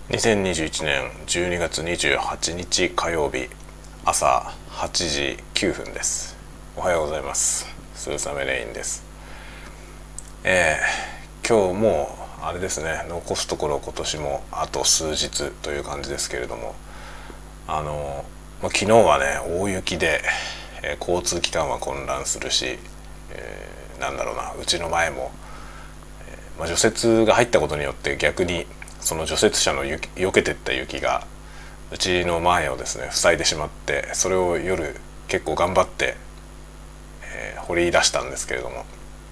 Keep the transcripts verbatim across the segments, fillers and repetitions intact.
にせんにじゅういちねんじゅうにがつにじゅうはちにち火曜日朝はちじきゅうふんです。おはようございます。スーサメレインです。えー、今日もうあれですね、残すところ今年もあと数日という感じですけれども、あの、まあ、昨日はね大雪で、えー交通機関は混乱するし、えーなんだろうな、うちの前も、まあ、除雪が入ったことによって逆にその除雪車の雪避けてった雪がうちの前をですね塞いでしまって、それを夜結構頑張って、えー掘り出したんですけれども、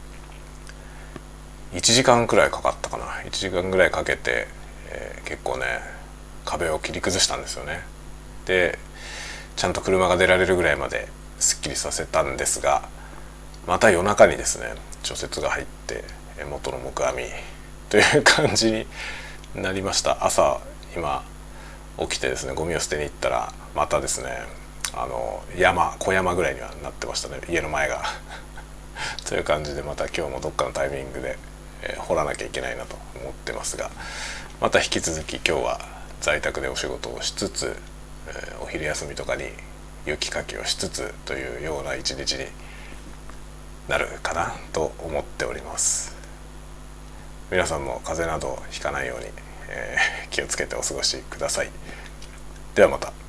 いちじかんくらいかかったかな。いちじかんぐらいかけて、えー結構ね壁を切り崩したんですよね。でちゃんと車が出られるぐらいまですっきりさせたんですが、また夜中にですね除雪が入って元の木阿弥という感じになりました。朝今起きてですねゴミを捨てに行ったらまたですね、あの山小山ぐらいにはなってましたね、家の前がという感じで、また今日もどっかのタイミングで、えー掘らなきゃいけないなと思ってますが、また引き続き今日は在宅でお仕事をしつつ、えーお昼休みとかに雪かきをしつつというような一日になるかなと思っております。皆さんも風邪などひかないように、えー気をつけてお過ごしください。ではまた。